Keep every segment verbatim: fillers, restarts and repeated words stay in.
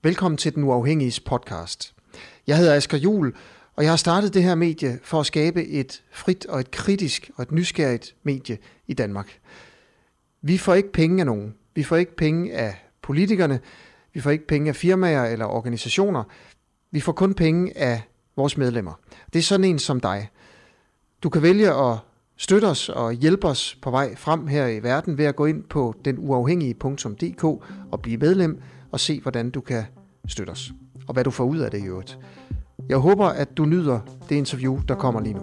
Velkommen til Den Uafhængiges podcast. Jeg hedder Asger Juhl, og jeg har startet det her medie for at skabe et frit og et kritisk og et nysgerrigt medie i Danmark. Vi får ikke penge af nogen. Vi får ikke penge af politikerne. Vi får ikke penge af firmaer eller organisationer. Vi får kun penge af vores medlemmer. Det er sådan en som dig. Du kan vælge at støtte os og hjælpe os på vej frem her i verden ved at gå ind på den uafhængige punktum d k og blive medlem og se, hvordan du kan støtte os, og hvad du får ud af det i øvrigt. Jeg håber, at du nyder det interview, der kommer lige nu.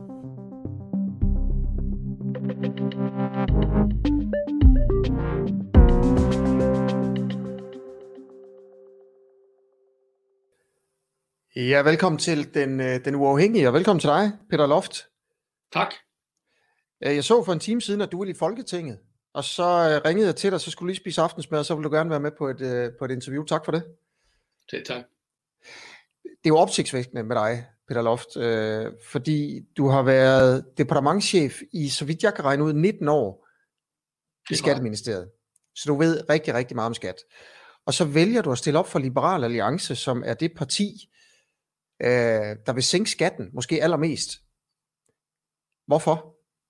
Ja, velkommen til den, den uafhængige, og velkommen til dig, Peter Loft. Tak. Jeg så for en time siden, at du var i Folketinget, og så ringede jeg til dig, så skulle du lige spise aftensmad, og så ville du gerne være med på et, på et interview. Tak for det. Det tak. Det er jo opsigtsvækkende med dig, Peter Loft, øh, fordi du har været departementschef i, så vidt jeg kan regne ud, nitten år i Skatteministeriet. Så du ved rigtig, rigtig meget om skat. Og så vælger du at stille op for Liberal Alliance, som er det parti, øh, der vil sænke skatten, måske allermest. Hvorfor?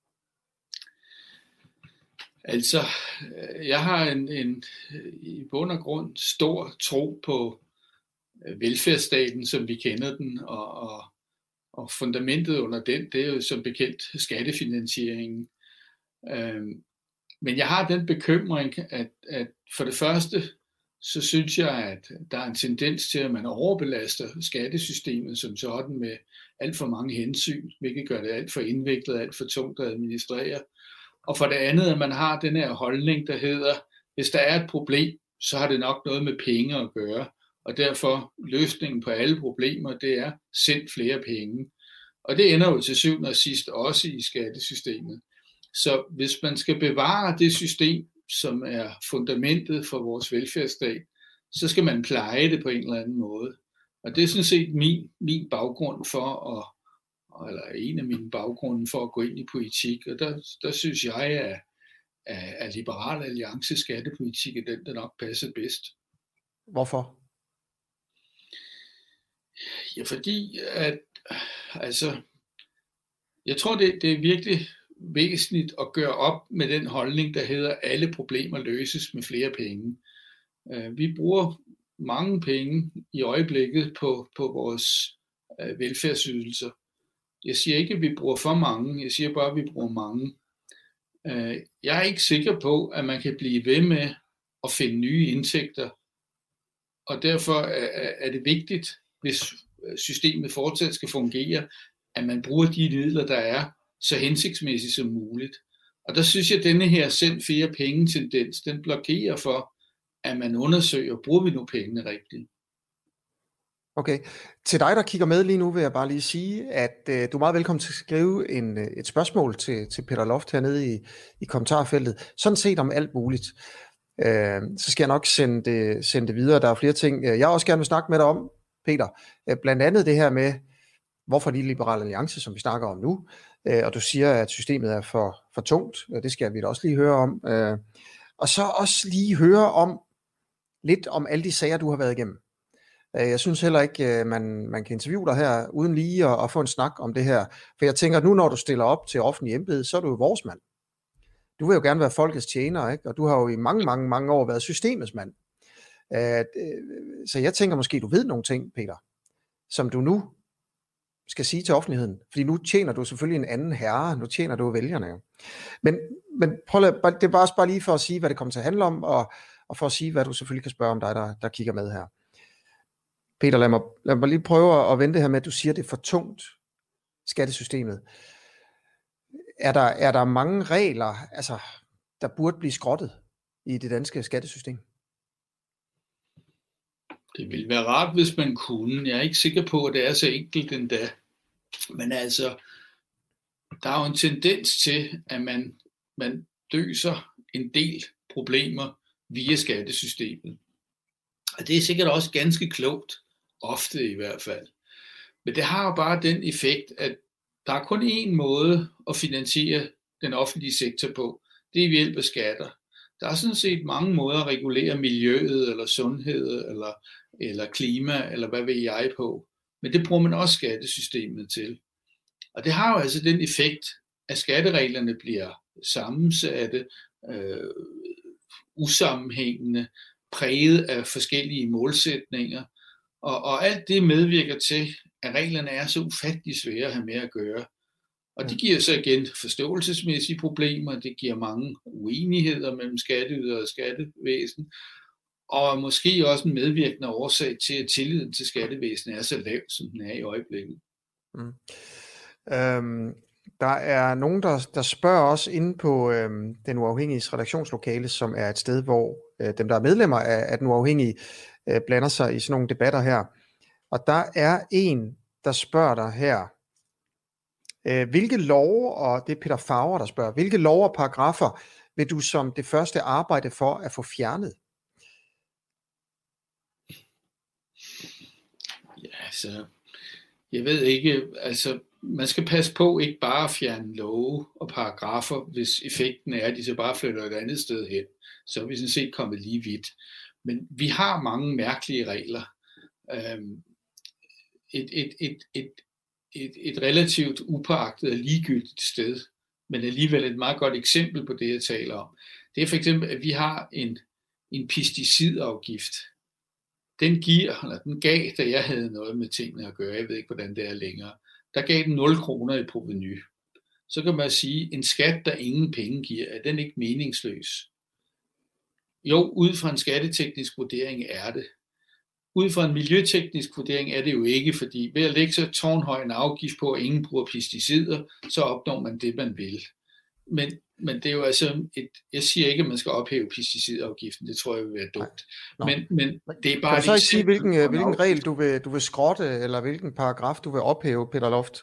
Altså, jeg har en, en i bund og grund stor tro på velfærdsstaten, som vi kender den, og, og, og fundamentet under den, det er jo som bekendt skattefinansieringen. Øhm, men jeg har den bekymring, at, at for det første, så synes jeg, at der er en tendens til, at man overbelaster skattesystemet som sådan med alt for mange hensyn, hvilket gør det alt for indviklet, alt for tungt at administrere. Og for det andet, at man har den her holdning, der hedder, hvis der er et problem, så har det nok noget med penge at gøre. Og derfor løsningen på alle problemer, det er send flere penge. Og det ender jo til syvende og sidst også i skattesystemet. Så hvis man skal bevare det system, som er fundamentet for vores velfærdsstat, så skal man pleje det på en eller anden måde. Og det er sådan set min, min baggrund for at eller en af mine baggrunde for at gå ind i politik, og der, der synes jeg, at, at Liberal Alliance skattepolitik er den, der nok passer bedst. Hvorfor? Ja, fordi at, altså, jeg tror, det, det er virkelig væsentligt at gøre op med den holdning, der hedder, at alle problemer løses med flere penge. Vi bruger mange penge i øjeblikket på, på vores velfærdsydelser. Jeg siger ikke, at vi bruger for mange, jeg siger bare, at vi bruger mange. Jeg er ikke sikker på, at man kan blive ved med at finde nye indtægter, og derfor er det vigtigt, hvis systemet fortsat skal fungere, at man bruger de midler, der er, så hensigtsmæssigt som muligt. Og der synes jeg, at denne her send flere penge tendens, den blokerer for, at man undersøger, bruger vi nu pengene rigtigt. Okay. Til dig, der kigger med lige nu, vil jeg bare lige sige, at øh, du er meget velkommen til at skrive en, et spørgsmål til, til Peter Loft hernede i, i kommentarfeltet. Sådan set om alt muligt. Øh, så skal jeg nok sende det, sende det videre. Der er flere ting, jeg også gerne vil snakke med dig om, Peter. Øh, blandt andet det her med, hvorfor de Liberale Alliance, som vi snakker om nu. Øh, og du siger, at systemet er for, for tungt. Det skal vi da også lige høre om. Øh, og så også lige høre om lidt om alle de sager, du har været igennem. Jeg synes heller ikke, man, man kan interviewe dig her, uden lige at, at få en snak om det her. For jeg tænker, at nu når du stiller op til offentlig embede, så er du jo vores mand. Du vil jo gerne være folkets tjener, ikke? Og du har jo i mange, mange, mange år været systemets mand. Så jeg tænker måske, du ved nogle ting, Peter, som du nu skal sige til offentligheden. Fordi nu tjener du selvfølgelig en anden herre, nu tjener du vælgerne. Men, men prøv at, det er bare, bare lige for at sige, hvad det kommer til at handle om, og, og for at sige, hvad du selvfølgelig kan spørge om dig, der, der kigger med her. Peter, lad mig, lad mig lige prøve at vente her med, at du siger, at det er for tungt, skattesystemet. Er der, er der mange regler, altså, der burde blive skrottet i det danske skattesystem? Det ville være rart, hvis man kunne. Jeg er ikke sikker på, at det er så enkelt endda. Men altså, der er jo en tendens til, at man, man løser en del problemer via skattesystemet. Og det er sikkert også ganske klogt, ofte i hvert fald. Men det har jo bare den effekt, at der er kun én måde at finansiere den offentlige sektor på. Det er ved hjælp af skatter. Der er sådan set mange måder at regulere miljøet, eller sundhed, eller, eller klima, eller hvad ved jeg på. Men det bruger man også skattesystemet til. Og det har jo altså den effekt, at skattereglerne bliver sammensatte, øh, usammenhængende, præget af forskellige målsætninger. Og, og alt det medvirker til, at reglerne er så ufattelig svære at have med at gøre. Og det giver så igen forståelsesmæssige problemer, det giver mange uenigheder mellem skatteyder og skattevæsen, og måske også en medvirkende årsag til, at tilliden til skattevæsenet er så lav, som den er i øjeblikket. Mm. Øhm, der er nogen, der, der spørger os inde på øhm, Den Uafhængiges redaktionslokale, som er et sted, hvor øh, dem, der er medlemmer af, af Den Uafhængige, øh, blander sig i sådan nogle debatter her. Og der er en, der spørger dig her, øh, hvilke love, og det er Peter Favre, der spørger, hvilke love og paragrafer vil du som det første arbejde for at få fjernet? Ja, så jeg ved ikke, altså man skal passe på ikke bare at fjerne love og paragrafer, hvis effekten er, at de så bare flytter et andet sted hen. Så er vi sådan set kommet lige vidt. Men vi har mange mærkelige regler. Et, et, et, et, et, et relativt upåagtet og ligegyldigt sted, men alligevel et meget godt eksempel på det, jeg taler om. Det er for eksempel, at vi har en, en pesticidafgift. Den giver, eller den gav, da jeg havde noget med tingene at gøre, jeg ved ikke, hvordan det er længere, der gav den nul kroner i provenu. Så kan man sige, en skat, der ingen penge giver, er den ikke meningsløs? Jo, ud fra en skatteteknisk vurdering er det. Ud fra en miljøteknisk vurdering er det jo ikke, fordi ved at lægge så tårnhøj en afgift på, at ingen bruger pesticider, så opnår man det, man vil. Men, men det er jo altså, et, jeg siger ikke, at man skal ophæve pesticidafgiften, det tror jeg vil være dumt. Men, men det er bare... Kan du så ikke sige, hvilken, hvilken regel du vil, du vil skrotte, eller hvilken paragraf du vil ophæve, Peter Loft?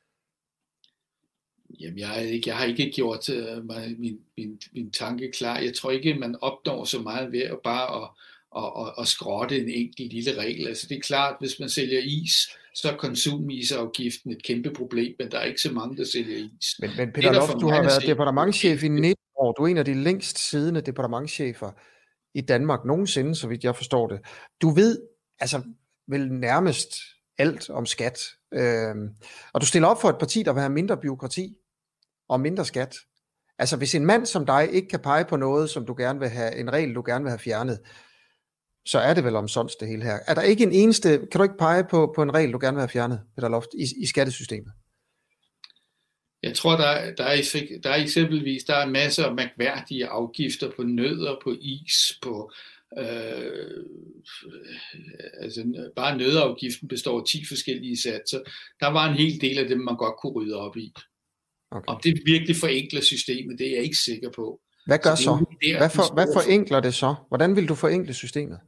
Jamen, jeg har ikke, jeg har ikke gjort uh, min, min, min tanke klar. Jeg tror ikke, man opnår så meget ved at bare at, at, at, at skrotte en enkelt lille regel. Altså, det er klart, hvis man sælger is, så er konsumisafgiften et kæmpe problem, men der er ikke så mange, der sælger is. Men, men Peter Loft, du har været departementschef i nitten år. Du er en af de længst siddende departementschefer i Danmark nogensinde, så vidt jeg forstår det. Du ved altså vel nærmest alt om skat. Øhm, og du stiller op for et parti, der vil have mindre bureaukrati og mindre skat. Altså hvis en mand som dig ikke kan pege på noget, som du gerne vil have, en regel, du gerne vil have fjernet, så er det vel omsonst det hele her. Er der ikke en eneste, kan du ikke pege på, på en regel, du gerne vil have fjernet, Peter Loft, i, i skattesystemet? Jeg tror, der, der, er, der er eksempelvis, der er masser af mærkværdige afgifter på nødder, på is, på øh, altså bare nøddeafgiften består af ti forskellige satser. Der var en hel del af dem, man godt kunne rydde op i. Okay. Om det virkelig forenkler systemet, det er jeg ikke sikker på. Hvad gør så? så? Der, hvad, for, hvad forenkler det så? Hvordan vil du forenkle systemet?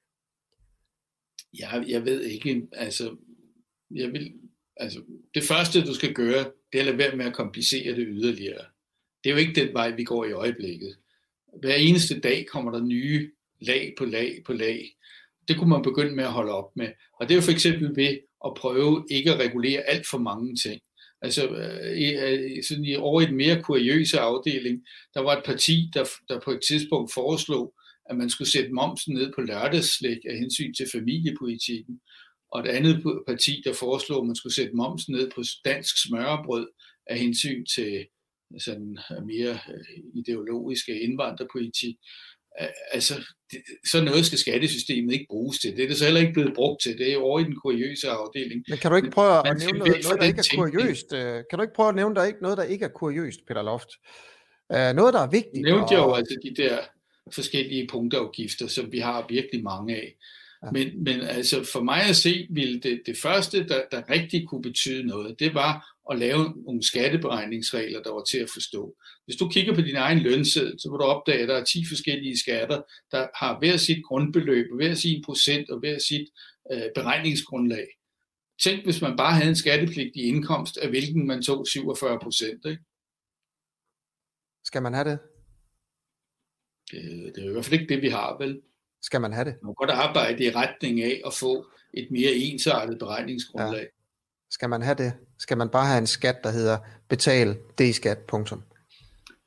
Jeg, jeg ved ikke, altså, jeg vil, altså, det første du skal gøre, det er at lade være med at komplicere det yderligere. Det er jo ikke den vej, vi går i øjeblikket. Hver eneste dag kommer der nye lag på lag på lag. Det kunne man begynde med at holde op med. Og det er jo for eksempel ved at prøve ikke at regulere alt for mange ting. Altså i, sådan i, over i den mere kuriøse afdeling, der var et parti, der, der på et tidspunkt foreslog, at man skulle sætte momsen ned på lørdagsslik af hensyn til familiepolitikken. Og et andet parti, der foreslog, at man skulle sætte momsen ned på dansk smørrebrød af hensyn til sådan mere ideologiske indvandrerpolitik. Altså, det, så noget skal skattesystemet ikke bruges til. Det er det så heller ikke blevet brugt til. Det er jo over i den kuriøse afdeling. Men kan du ikke prøve at nævne noget, noget der ikke er kuriøst? Kan du ikke prøve at nævne der ikke, noget, der ikke er kuriøst, Peter Loft? Uh, noget, der er vigtigt. Jeg nævnte og... jo altså de der forskellige punktafgifter, som vi har virkelig mange af. Ja. Men, men altså for mig at se, ville det, det første, der, der rigtig kunne betyde noget, det var at lave nogle skatteberegningsregler, der var til at forstå. Hvis du kigger på din egen lønseddel, så vil du opdage, at der er ti forskellige skatter, der har hver sit grundbeløb, hver sin procent og hver sit øh, beregningsgrundlag. Tænk, hvis man bare havde en skattepligtig indkomst, af hvilken man tog syvogfyrre procent. Ikke? Skal man have det? det? Det er i hvert fald ikke det, vi har, vel? Skal man have det? Man kan godt arbejde i retning af at få et mere ensartet beregningsgrundlag. Ja. Skal man have det? Skal man bare have en skat, der hedder betal D-skat, punktum?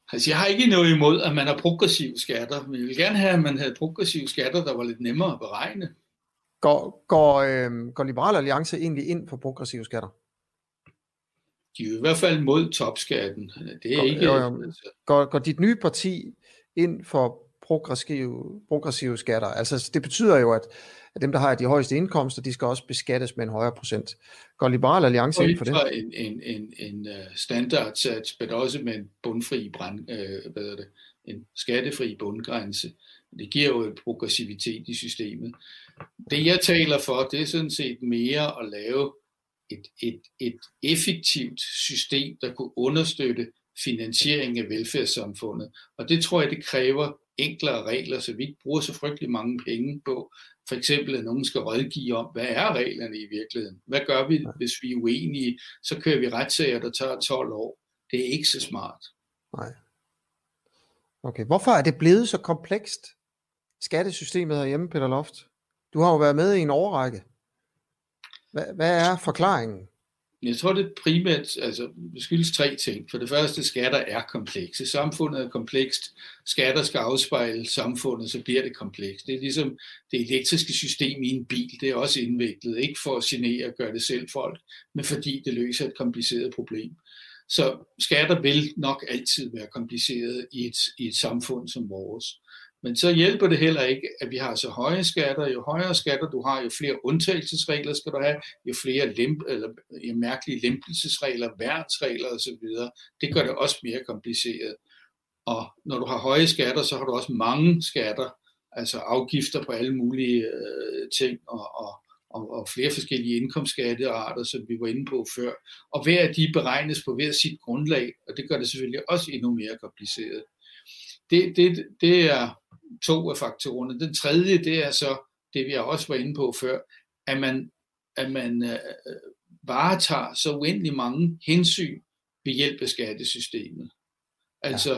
Altså, jeg har ikke noget imod, at man har progressive skatter, men jeg vil gerne have, at man havde progressive skatter, der var lidt nemmere at beregne. Går, går, øh, går Liberal Alliance egentlig ind for progressive skatter? De er jo i hvert fald mod topskatten. Det er går, ikke... Jo, jo. Går, går dit nye parti ind for progressive, progressive skatter? Altså, det betyder jo, at, at dem, der har de højeste indkomster, de skal også beskattes med en højere procent. Går Liberal Alliance ind for det? En, en, en, en standardsats, men også med en bundfri brand, øh, hvad er det, en skattefri bundgrænse. Det giver jo en progressivitet i systemet. Det, jeg taler for, det er sådan set mere at lave et, et, et effektivt system, der kunne understøtte finansiering af velfærdssamfundet. Og det tror jeg, det kræver enklere regler, så vi ikke bruger så frygtelig mange penge på. For eksempel, at nogen skal rådgive om, hvad er reglerne i virkeligheden? Hvad gør vi, hvis vi er uenige? Så kører vi retssager, der tager tolv år. Det er ikke så smart. Nej. Okay, hvorfor er det blevet så komplekst, skattesystemet herhjemme, Peter Loft? Du har jo været med i en årrække. Hvad, hvad er forklaringen? Jeg tror, det primært altså, det skyldes tre ting. For det første, skatter er komplekse. Samfundet er komplekst. Skatter skal afspejle samfundet, så bliver det komplekst. Det er ligesom det elektriske system i en bil. Det er også indviklet. Ikke for at genere og gøre det selv folk, men fordi det løser et kompliceret problem. Så skatter vil nok altid være kompliceret i et, i et samfund som vores. Men så hjælper det heller ikke, at vi har så høje skatter. Jo højere skatter du har, jo flere undtagelsesregler skal du have, jo flere lemp, eller, jo mærkelige lempelsesregler, værnsregler osv. Det gør det også mere kompliceret. Og når du har høje skatter, så har du også mange skatter, altså afgifter på alle mulige øh, ting, og, og, og, og flere forskellige indkomstskattearter, som vi var inde på før. Og hver af de beregnes på hver sit grundlag, og det gør det selvfølgelig også endnu mere kompliceret. Det, det, det er to af faktorerne. Den tredje, det er så det, vi også var inde på før, at man, at man øh, varetager så uendelig mange hensyn ved hjælp af skattesystemet. Altså,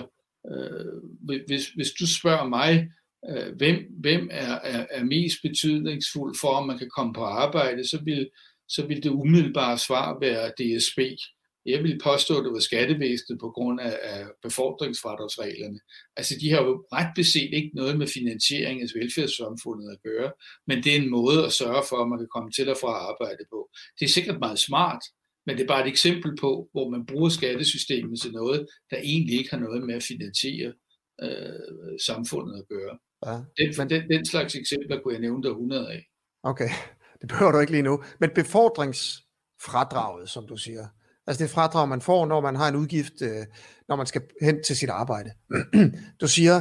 øh, hvis, hvis du spørger mig, øh, hvem, hvem er, er, er mest betydningsfuld for, om man kan komme på arbejde, så vil, så vil det umiddelbare svar være D S B. Jeg vil påstå, at det var skattevæsenet på grund af, af befordringsfradragsreglerne. Altså, de har jo ret beset ikke noget med finansiering af velfærdssamfundet at gøre, men det er en måde at sørge for, at man kan komme til og fra arbejde på. Det er sikkert meget smart, men det er bare et eksempel på, hvor man bruger skattesystemet til noget, der egentlig ikke har noget med at finansiere øh, samfundet at gøre. Ja, den, men... den, den slags eksempler kunne jeg nævne der hundrede af. Okay, det behøver du ikke lige nu. Men befordringsfradraget, som du siger, altså det fradrag, man får, når man har en udgift, øh, når man skal hen til sit arbejde. Du siger,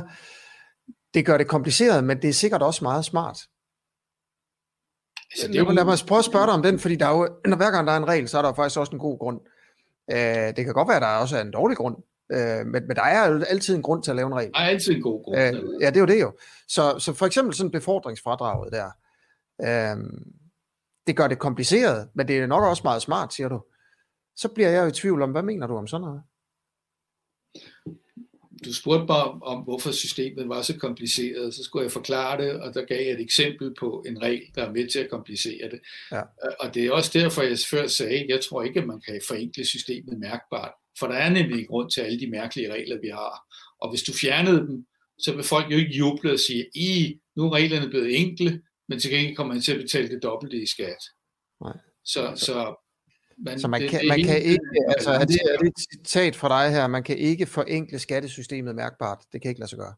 det gør det kompliceret, men det er sikkert også meget smart. Altså, det er jo... Lad mig prøve at spørge dig om den, fordi der er jo, når hver gang der er en regel, så er der faktisk også en god grund. Øh, det kan godt være, at der også er en dårlig grund, øh, men, men der er jo altid en grund til at lave en regel. Der er altid en god grund. Øh, ja, det er jo det jo. Så, så for eksempel sådan befordringsfradraget der, øh, det gør det kompliceret, men det er nok også meget smart, siger du. Så bliver jeg jo i tvivl om, hvad mener du om sådan noget? Du spurgte bare om, om, hvorfor systemet var så kompliceret, så skulle jeg forklare det, og der gav jeg et eksempel på en regel, der er med til at komplicere det. Ja. Og det er også derfor, jeg før sagde, at jeg tror ikke, at man kan forenkle systemet mærkbart, for der er nemlig en grund til alle de mærkelige regler, vi har. Og hvis du fjernede dem, så vil folk jo ikke juble og sige, I, nu er reglerne blevet enkle, men til gengæld kommer man til at betale det dobbelte i skat. Nej. Så, så Men så man det, kan, det man kan ikke, altså er det, er det et citat fra dig her, man kan ikke forenkle skattesystemet mærkbart, det kan ikke lade sig gøre.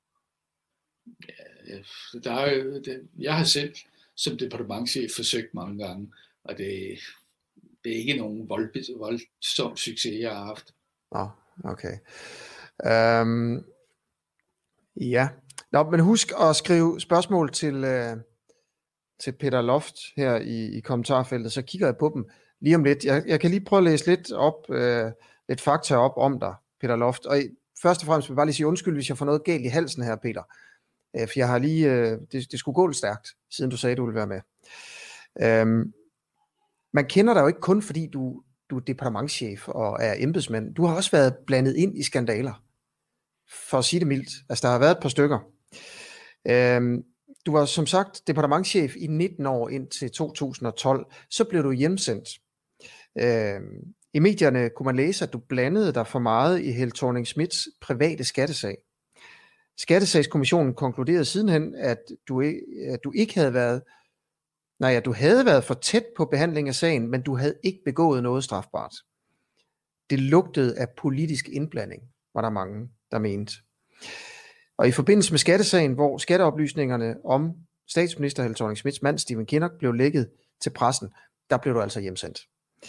Ja, der er jo, det, jeg har selv som departementschef forsøgt mange gange, og det, det er ikke nogen vold, voldsom succes, jeg har haft. Nå, okay. Um, ja, Nå, men husk at skrive spørgsmål til, uh, til Peter Loft her i, i kommentarfeltet, så kigger jeg på dem lige om lidt. Jeg, jeg kan lige prøve at læse lidt op, øh, lidt fakta op om dig, Peter Loft. Og først og fremmest vil jeg bare lige sige undskyld, hvis jeg får noget galt i halsen her, Peter. Øh, for jeg har lige, øh, det, det skulle gå lidt stærkt, siden du sagde, du ville være med. Øhm, man kender dig jo ikke kun, fordi du, du er departementschef og er embedsmand. Du har også været blandet ind i skandaler, for at sige det mildt. Altså, der har været et par stykker. Øhm, du var som sagt departementschef i nitten år indtil to tusind og tolv. Så blev du hjemsendt. Øh, I medierne kunne man læse, at du blandede dig for meget i Helle Thorning-Schmidts private skattesag. Skattesagskommissionen konkluderede sidenhen, at du, at du ikke havde været, nej, at du havde været for tæt på behandling af sagen, men du havde ikke begået noget strafbart. Det lugtede af politisk indblanding, var der mange, der mente. Og i forbindelse med skattesagen, hvor skatteoplysningerne om statsminister Helle Thorning-Schmidts mand Stephen Kinnock blev lækket til pressen, der blev du altså hjemsendt.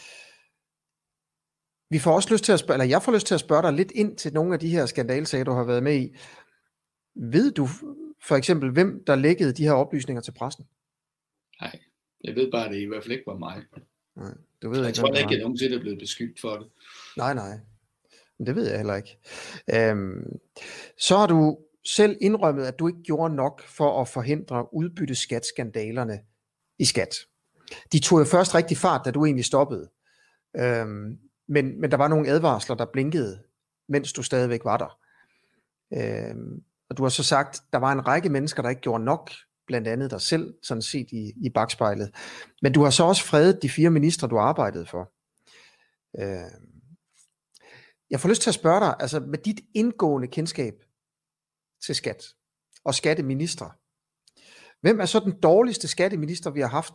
Vi får også lyst til at spørge, eller jeg får lyst til at spørge dig lidt ind til nogle af de her skandalsager, du har været med i. Ved du for eksempel, hvem der lækkede de her oplysninger til pressen? Nej, jeg ved bare, at det i hvert fald ikke var mig. Nej, du ved jeg ikke, tror ikke, at jeg nogensinde er blevet beskyldt for det. Nej, nej. Men det ved jeg heller ikke. Øhm, så har du selv indrømmet, at du ikke gjorde nok for at forhindre udbytteskatskandalerne i skat. De tog jo først rigtig fart, da du egentlig stoppede. Øhm, men, men der var nogle advarsler, der blinkede, mens du stadigvæk var der. Øhm, og du har så sagt, der var en række mennesker, der ikke gjorde nok, blandt andet dig selv, sådan set i, i bagspejlet. Men du har så også fredet de fire ministre, du arbejdede for. Øhm, jeg får lyst til at spørge dig, altså med dit indgående kendskab til skat og skatteministre, hvem er så den dårligste skatteminister, vi har haft?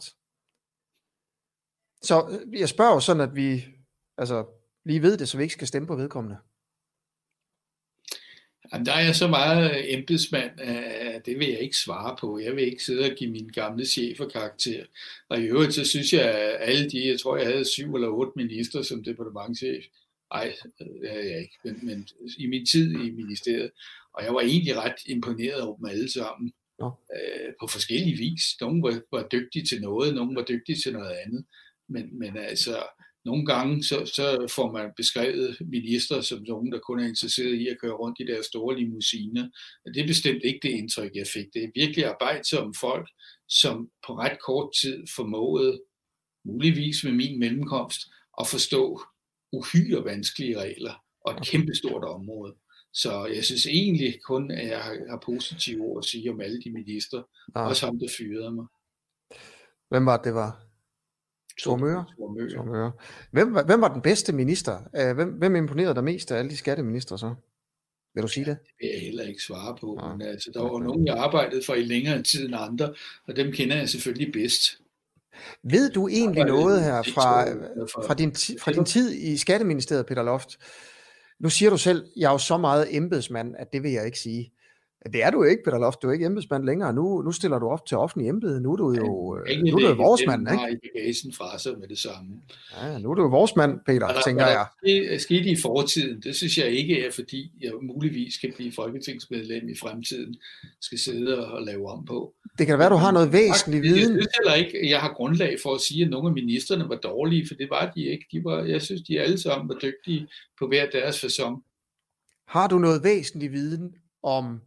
Så jeg spørger jo sådan, at vi altså, lige ved det, så vi ikke skal stemme på vedkommende. Jamen, der er jeg så meget embedsmand, at det vil jeg ikke svare på. Jeg vil ikke sidde og give mine gamle chefer karakter. Og i øvrigt, så synes jeg, at alle de, jeg tror, jeg havde syv eller otte minister som departementschef. Ej, det havde jeg ikke, men, men i min tid i ministeriet. Og jeg var egentlig ret imponeret over dem alle sammen. Ja. Øh, på forskellige vis. Nogle var, var dygtige til noget, nogle var dygtige til noget andet. Men, men altså, nogle gange så, så får man beskrevet minister som nogen, der kun er interesseret i at køre rundt i deres store limousiner. Og det er bestemt ikke det indtryk, jeg fik. Det er virkelig arbejdsomme folk, som på ret kort tid formåede, muligvis med min mellemkomst, at forstå uhyre vanskelige regler og et kæmpestort område. Så jeg synes egentlig kun, at jeg har positive ord at sige om alle de minister, ja. Også ham, der fyrede mig. Hvem var det, det var? Thor Möger. Hvem, hvem var den bedste minister? Hvem, hvem imponerede dig mest af alle de skatteministre så? Vil du sige det? Det vil jeg heller ikke svare på. Ja. Men altså, der var nogen, jeg arbejdede for i længere tid end andre, og dem kender jeg selvfølgelig bedst. Ved du egentlig noget her fra, fra, din, fra din tid i Skatteministeriet, Peter Loft? Nu siger du selv, jeg er jo så meget embedsmand, at det vil jeg ikke sige. Det er du ikke, Peter Loft. Du er ikke embedsmand længere. Nu, nu stiller du op til offentlig embede. Nu er du jo, ja, nu er du jo vores mand, ikke? I bagagen fra sig med det samme. Ja, nu er du jo vores mand, Peter, der, tænker jeg. Det skete i fortiden. Det synes jeg ikke er, fordi jeg muligvis kan blive folketingsmedlem i fremtiden. Skal sidde og lave om på. Det kan være, du har noget væsentlig viden. Jeg synes heller ikke, jeg har grundlag for at sige, at nogle af ministerne var dårlige, for det var de ikke. De var, jeg synes, de alle sammen var dygtige på hver deres facon. Har du noget væsentlig viden om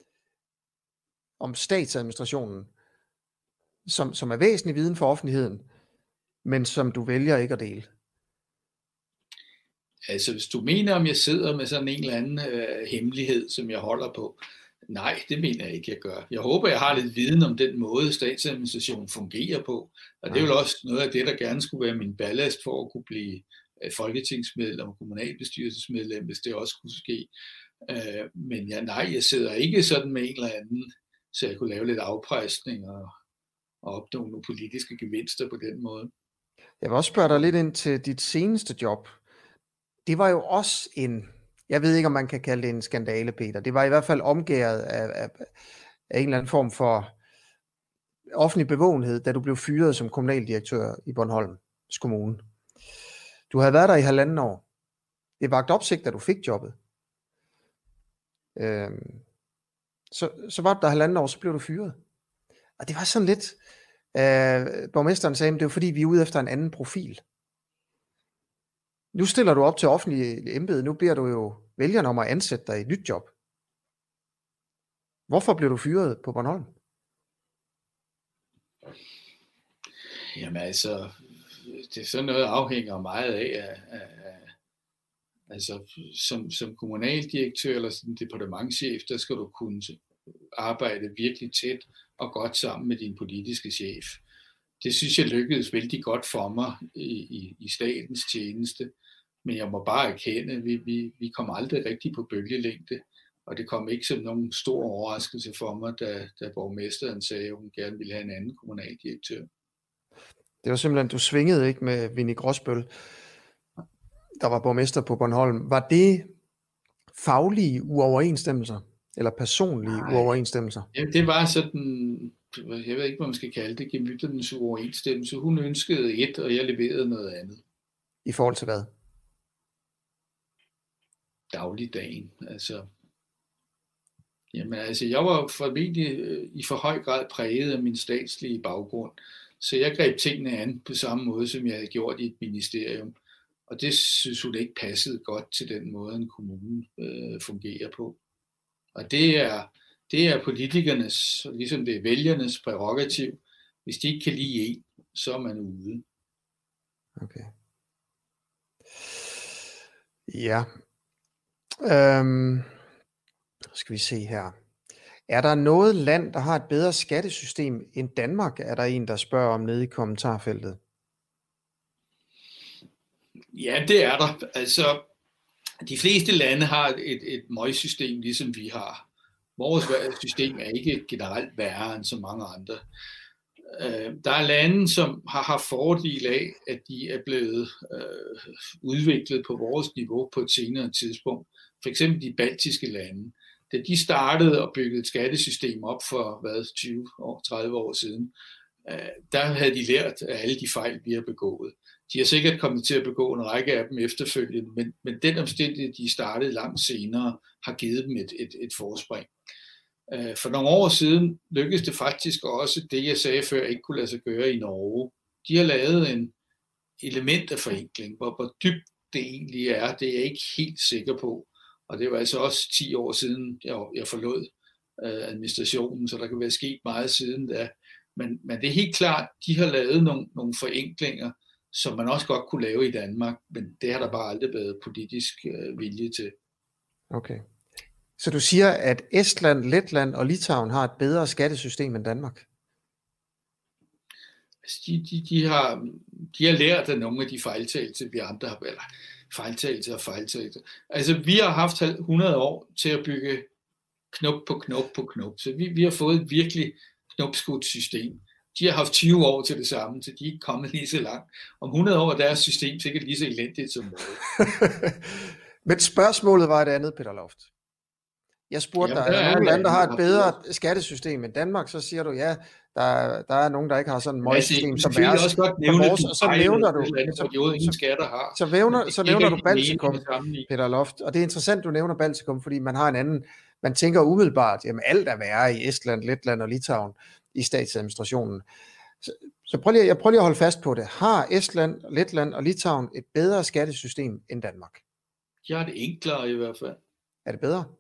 om statsadministrationen, som, som er væsentlig viden for offentligheden, men som du vælger ikke at dele? Altså, hvis du mener, om jeg sidder med sådan en eller anden øh, hemmelighed, som jeg holder på, nej, det mener jeg ikke, jeg gør. Jeg håber, jeg har lidt viden om den måde, statsadministrationen fungerer på, og det er jo også noget af det, der gerne skulle være min ballast for at kunne blive øh, folketingsmedlem og kommunalbestyrelsesmedlem, hvis det også kunne ske. Øh, men ja, nej, jeg sidder ikke sådan med en eller anden, så jeg kunne lave lidt afpresning og, og opnå nogle politiske gevinster på den måde. Jeg vil også spørge dig lidt ind til dit seneste job. Det var jo også en, jeg ved ikke, om man kan kalde det en skandale, Peter. Det var i hvert fald omgæret af, af, af en eller anden form for offentlig bevågenhed, da du blev fyret som kommunaldirektør i Bornholms Kommune. Du havde været der i halvanden år. Det vagt opsigt, da du fik jobbet. Øhm, så, så var du der halvanden år, så blev du fyret. Og det var sådan lidt, øh, borgmesteren sagde, det er jo fordi, vi er ude efter en anden profil. Nu stiller du op til offentlige embede, nu beder du jo vælgerne om at ansætte dig i et nyt job. Hvorfor blev du fyret på Bornholm? Jamen altså, det er sådan noget, afhænger meget af, af, af altså som, som kommunaldirektør eller som departementschef, der skal du kunne arbejde virkelig tæt og godt sammen med din politiske chef. Det synes jeg lykkedes vældig godt for mig i, i, i statens tjeneste. men jeg må bare erkende, at vi, vi, vi kom aldrig rigtig på bølgelængde, og det kom ikke som nogen stor overraskelse for mig, da, da borgmesteren sagde, at hun gerne ville have en anden kommunaldirektør. Det var simpelthen, du svingede ikke med Winnie Grosbøll, der var borgmester på Bornholm. Var det faglige uoverensstemmelser, eller personlige Nej. uoverensstemmelser? Ja, det var sådan, jeg ved ikke, hvad man skal kalde det, gemytternes uoverensstemmelse. Hun ønskede et, og jeg leverede noget andet. I forhold til hvad? Dagligdagen, altså. Jamen altså, jeg var formentlig i for høj grad præget af min statslige baggrund, så jeg greb tingene an på samme måde, som jeg havde gjort i et ministerium. Og det synes hun ikke passede godt til den måde, en kommune øh, fungerer på. Og det er, det er politikernes, ligesom det er vælgernes prærogativ. Hvis de ikke kan lide en, så er man ude. Okay. Ja. Øhm, skal vi se her. Er der noget land, der har et bedre skattesystem end Danmark, er der en, der spørger om nede i kommentarfeltet? Ja, det er der. Altså, de fleste lande har et, et møgsystem, ligesom vi har. Vores system er ikke generelt værre end så mange andre. Der er lande, som har haft fordel af, at de er blevet øh, udviklet på vores niveau på et senere tidspunkt. For eksempel de baltiske lande. Da de startede og byggede et skattesystem op for hvad, tyve år, tredive år siden, øh, der havde de lært af alle de fejl, vi har begået. De har sikkert kommet til at begå en række af dem efterfølgende, men, men den omstændighed, de startede langt senere, har givet dem et, et, et forspring. For nogle år siden lykkedes det faktisk også det, jeg sagde før, ikke kunne lade sig gøre i Norge. De har lavet en element af forenkling, hvor, hvor dybt det egentlig er, det er jeg ikke helt sikker på. Og det var altså også ti år siden, jeg, jeg forlod øh, administrationen, så der kan være sket meget siden da. Men, men det er helt klart, de har lavet nogle, nogle forenklinger, som man også godt kunne lave i Danmark, men det har der bare aldrig været politisk øh, vilje til. Okay. Så du siger, at Estland, Letland og Litauen har et bedre skattesystem end Danmark? De, de, de, har, de har lært af nogle af de fejltagelser, vi andre har, eller fejltagelser og fejltagelser. Altså, vi har haft hundrede år til at bygge knop på knop på knop, så vi, vi har fået et virkelig knopskudt system. De har haft tyve år til det samme, så de er ikke kommet lige så langt. Om hundrede år er deres system sikkert lige så elendigt som noget. Men spørgsmålet var et andet, Peter Loft. Jeg spurgte dig, er der nogle lande, der har et bedre skattesystem end Danmark? Så siger du, ja, der, der er nogen, der ikke har sådan et møgsystem som er også godt nævne vores, og så nævner du, lande, så, jo ingen skatter har. Så, nævner, så nævner du Baltikum, Peter Loft, og det er interessant, du nævner Baltikum, fordi man har en anden, man tænker umiddelbart, jamen alt er værre i Estland, Letland og Litauen i statsadministrationen. Så, så prøv lige, jeg prøver lige at holde fast på det. Har Estland, Letland og Litauen et bedre skattesystem end Danmark? De har det enklere i hvert fald. Er det bedre?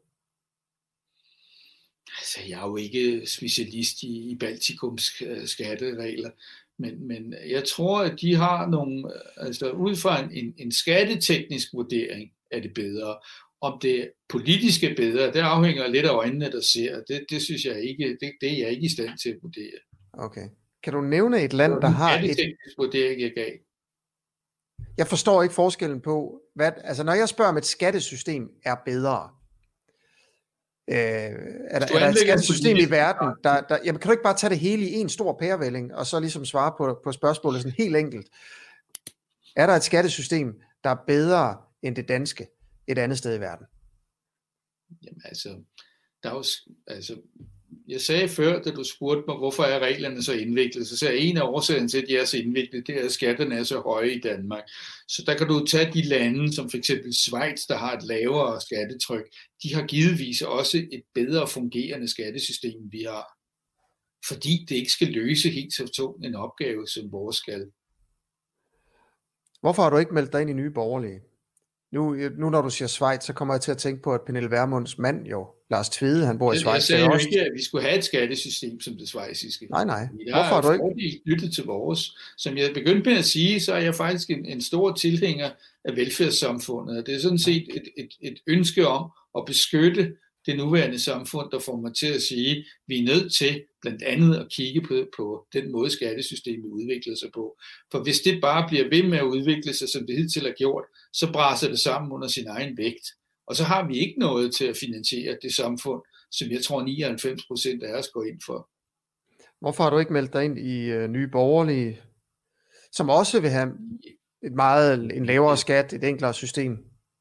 Altså, jeg er jo ikke specialist i, i Baltikums skatteregler, men, men jeg tror, at de har nogle, altså ud fra en, en, en skatteteknisk vurdering er det bedre. Om det politiske bedre, det afhænger lidt af øjnene, der ser. Det, det synes jeg ikke, det, det er jeg ikke i stand til at vurdere. Okay. Kan du nævne et land, der har et... skatteteknisk vurdering, jeg gav? Jeg forstår ikke forskellen på, hvad, altså når jeg spørger om et skattesystem er bedre, Øh, er, der, er der et skattesystem i verden, der, der, jamen kan du ikke bare tage det hele i en stor pærevælling, og så ligesom svare på, på spørgsmålet sådan helt enkelt. Er der et skattesystem, der er bedre end det danske et andet sted i verden? Jamen altså, der er jo, altså jeg sagde før, da du spurgte mig, hvorfor er reglerne så indviklet, så sagde jeg, en af årsagerne til, at de er så indviklet, det er, at skatterne er så høje i Danmark. Så der kan du tage de lande, som for eksempel Schweiz, der har et lavere skattetryk, de har givetvis også et bedre fungerende skattesystem, end vi har. Fordi det ikke skal løse helt så tung en opgave, som vores skal. Hvorfor har du ikke meldt dig ind i Nye Borgerlige? Nu, nu når du siger Schweiz, så kommer jeg til at tænke på, at Pernille Vermunds mand jo, Lars Tvede, han bor i Schweiz. Jeg sagde jo ikke, at vi skulle have et skattesystem som det schweiziske. Nej, nej. Hvorfor har du ikke? Jeg har lyttet til vores. Som jeg begyndte med at sige, så er jeg faktisk en, en stor tilhænger af velfærdssamfundet. Det er sådan set et, et, et ønske om at beskytte det nuværende samfund, der får mig til at sige, at vi er nødt til blandt andet at kigge på, på den måde, skattesystemet udvikler sig på. For hvis det bare bliver ved med at udvikle sig, som det hidtil har gjort, så braser det sammen under sin egen vægt. Og så har vi ikke noget til at finansiere det samfund, som jeg tror nioghalvfems procent af os går ind for. Hvorfor har du ikke meldt dig ind i uh, Nye Borgerlige, som også vil have et meget, en lavere skat, et enklere system?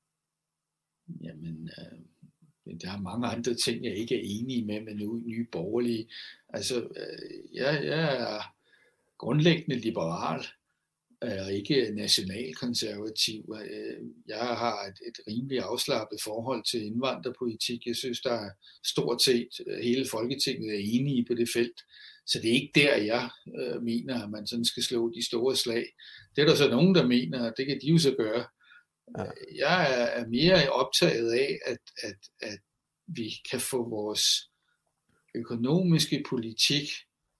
Jamen, øh, der er mange andre ting, jeg ikke er enig med med Nye Borgerlige. Altså, øh, jeg, jeg er grundlæggende liberal og ikke nationalkonservativ. Jeg har et, et rimelig afslappet forhold til indvandrerpolitik. Jeg synes, der er stort set hele Folketinget er enige på det felt. Så det er ikke der, jeg øh, mener, at man sådan skal slå de store slag. Det er der så nogen, der mener, og det kan de jo så gøre. Ja. Jeg er mere optaget af, at, at, at vi kan få vores økonomiske politik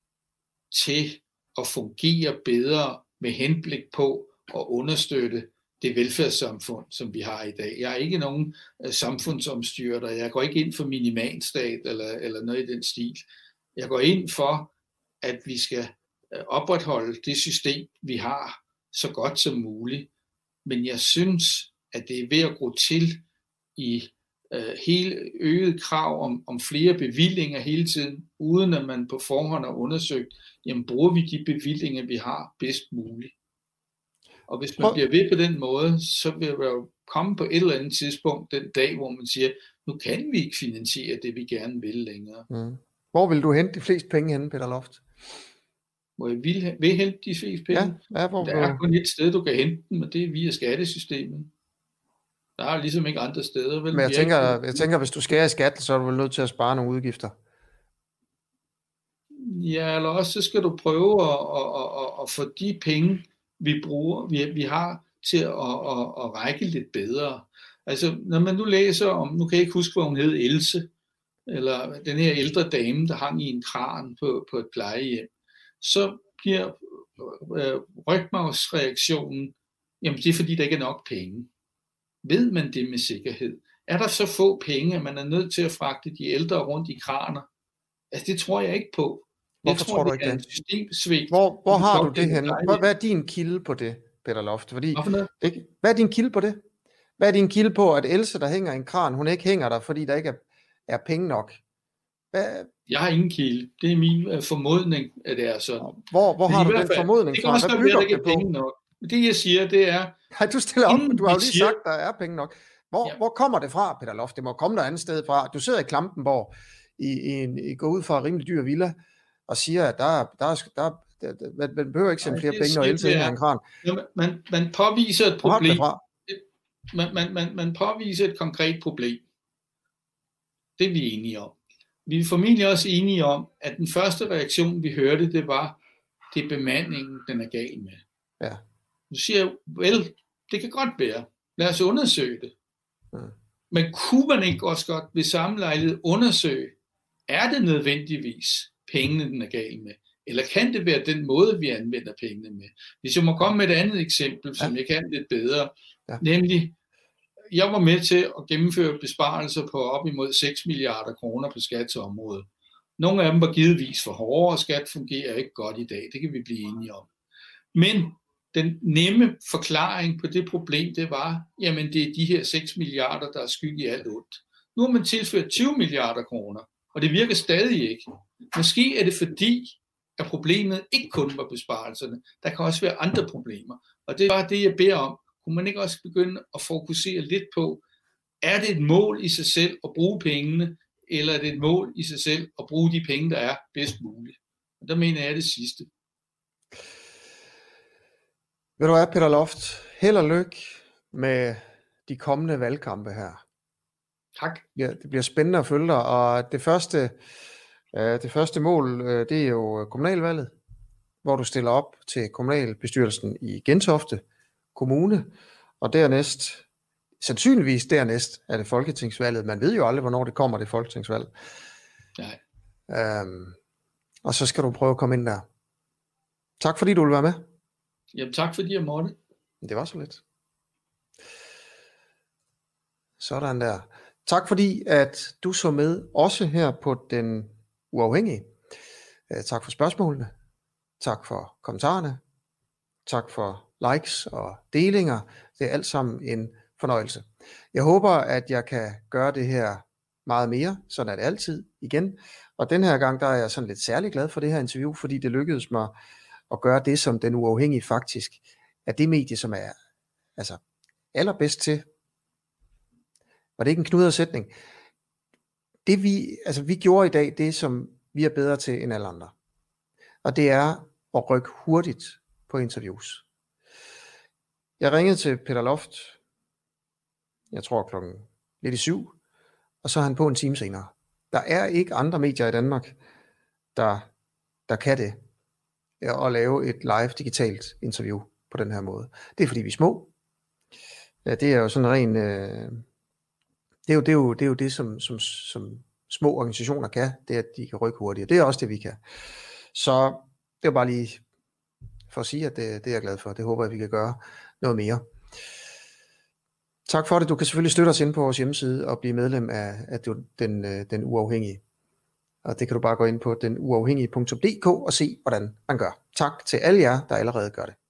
til at fungere bedre med henblik på at understøtte det velfærdssamfund, som vi har i dag. Jeg er ikke nogen uh, samfundsomstyrter. Jeg går ikke ind for minimalstat eller, eller noget i den stil. Jeg går ind for, at vi skal uh, opretholde det system, vi har, så godt som muligt. Men jeg synes, at det er ved at gå til i uh, hele øget krav om, om flere bevillinger hele tiden, uden at man på forhånd har undersøgt, jamen bruger vi de bevillinger, vi har, bedst muligt. Og hvis man bliver ved på den måde, så vil der jo komme på et eller andet tidspunkt den dag, hvor man siger, nu kan vi ikke finansiere det, vi gerne vil længere. Mm. Hvor vil du hente de fleste penge henne, Peter Loft? Hvor jeg vil, vil hente de fleste penge? Ja, ja, hvor der er kun et sted, du kan hente dem, og det er via skattesystemet. Der er ligesom ikke andre steder. Vel? Men jeg tænker, jeg tænker, hvis du skærer i skat, så er du vel nødt til at spare nogle udgifter. Ja, eller også så skal du prøve at, at, at, at få de penge, vi bruger, vi, vi har til at, at, at række lidt bedre. Altså, når man nu læser om, nu kan jeg ikke huske, hvad hun hed, Else, eller den her ældre dame, der hang i en kran på, på et plejehjem, så bliver øh, rygmarvsreaktionen, jamen det er fordi, der ikke er nok penge. Ved man det med sikkerhed? Er der så få penge, at man er nødt til at fragte de ældre rundt i kraner? Altså, det tror jeg ikke på. Hvorfor jeg tror, tror du det ikke er det? en systemsvigt. Hvor, hvor har du det henne? Hvad, hvad er din kilde på det, Peter Loft? Fordi, ikke, hvad er din kilde på det? Hvad er din kilde på, at Else, der hænger i en kran, hun ikke hænger der, fordi der ikke er, er penge nok? Hvad? Jeg har ingen kilde. Det er min uh, formodning, at det er sådan. Hvor, hvor har du den fald, formodning fra? Hvad bygger det på? Penge nok. Det jeg siger, det er... Nej, du stiller op, men du har jo lige siger, sagt, der er penge nok. Hvor, ja. hvor kommer det fra, Peter Loft? Det må komme der andet sted fra. Du sidder i Klampenborg, i, i en, i, går ud fra en rimelig dyr villa, og siger, at der, der, der, der, der man behøver ikke sende flere penge, når Else hænger i en kran. Man, man påviser et problem. Man, man, man, man påviser et konkret problem. Det er vi enige om. Vi er formentlig også enige om, at den første reaktion, vi hørte, det var, det er bemandingen, den er gal med. Ja. Du siger, vel, det kan godt være. Lad os undersøge det. Ja. Men kunne man ikke også godt ved samme lejlighed undersøge, er det nødvendigvis pengene, den er gal med? Eller kan det være den måde, vi anvender pengene med? Hvis jeg må komme med et andet eksempel, som ja. jeg kan lidt bedre, ja. nemlig, jeg var med til at gennemføre besparelser på op imod seks milliarder kroner på skatsområdet. Nogle af dem var givetvis for hårde, og skat fungerer ikke godt i dag. Det kan vi blive enige om. Men den nemme forklaring på det problem, det var, jamen det er de her seks milliarder, der er skyld i alt ondt. Nu har man tilført tyve milliarder kroner, og det virker stadig ikke. Måske er det fordi, at problemet ikke kun var besparelserne. Der kan også være andre problemer. Og det er bare det, jeg beder om. Kunne man ikke også begynde at fokusere lidt på, er det et mål i sig selv at bruge pengene, eller er det et mål i sig selv at bruge de penge, der er bedst muligt? Og der mener jeg det sidste. Ved du hvad, Peter Loft? Held og lykke med de kommende valgkampe her. Tak. Ja, det bliver spændende at følge dig, og det første, øh, det første mål, øh, det er jo kommunalvalget, hvor du stiller op til kommunalbestyrelsen i Gentofte Kommune, og dernæst, sandsynligvis dernæst, er det folketingsvalget. Man ved jo aldrig, hvornår det kommer, det folketingsvalg. Nej. Øhm, og så skal du prøve at komme ind der. Tak fordi du ville være med. Jamen tak fordi jeg måtte. Det var så lidt. Sådan der. Tak fordi, at du så med også her på Den Uafhængige. Tak for spørgsmålene. Tak for kommentarerne. Tak for likes og delinger. Det er alt sammen en fornøjelse. Jeg håber, at jeg kan gøre det her meget mere. Sådan er det altid igen. Og den her gang, der er jeg sådan lidt særlig glad for det her interview, fordi det lykkedes mig at gøre det, som Den Uafhængige faktisk er det medie, som er altså allerbedst til. Var det ikke en knudret sætning? Det vi, altså vi gjorde i dag, det som vi er bedre til end alle andre. Og det er at rykke hurtigt på interviews. Jeg ringede til Peter Loft, jeg tror klokken lidt i syv, og så er han på en time senere. Der er ikke andre medier i Danmark, der, der kan det, at lave et live digitalt interview på den her måde. Det er fordi vi er små. Ja, det er jo sådan ren, øh, det er jo det, er jo, det, er jo det som, som, som små organisationer kan, det er, at de kan rykke hurtigt. Det er også det, vi kan. Så det var bare lige for at sige, at det, det er jeg glad for. Det håber jeg, vi kan gøre noget mere. Tak for det. Du kan selvfølgelig støtte os inde på vores hjemmeside og blive medlem af, af den, den Uafhængige. Og det kan du bare gå ind på den uafhængige punktum d k og se, hvordan man gør. Tak til alle jer, der allerede gør det.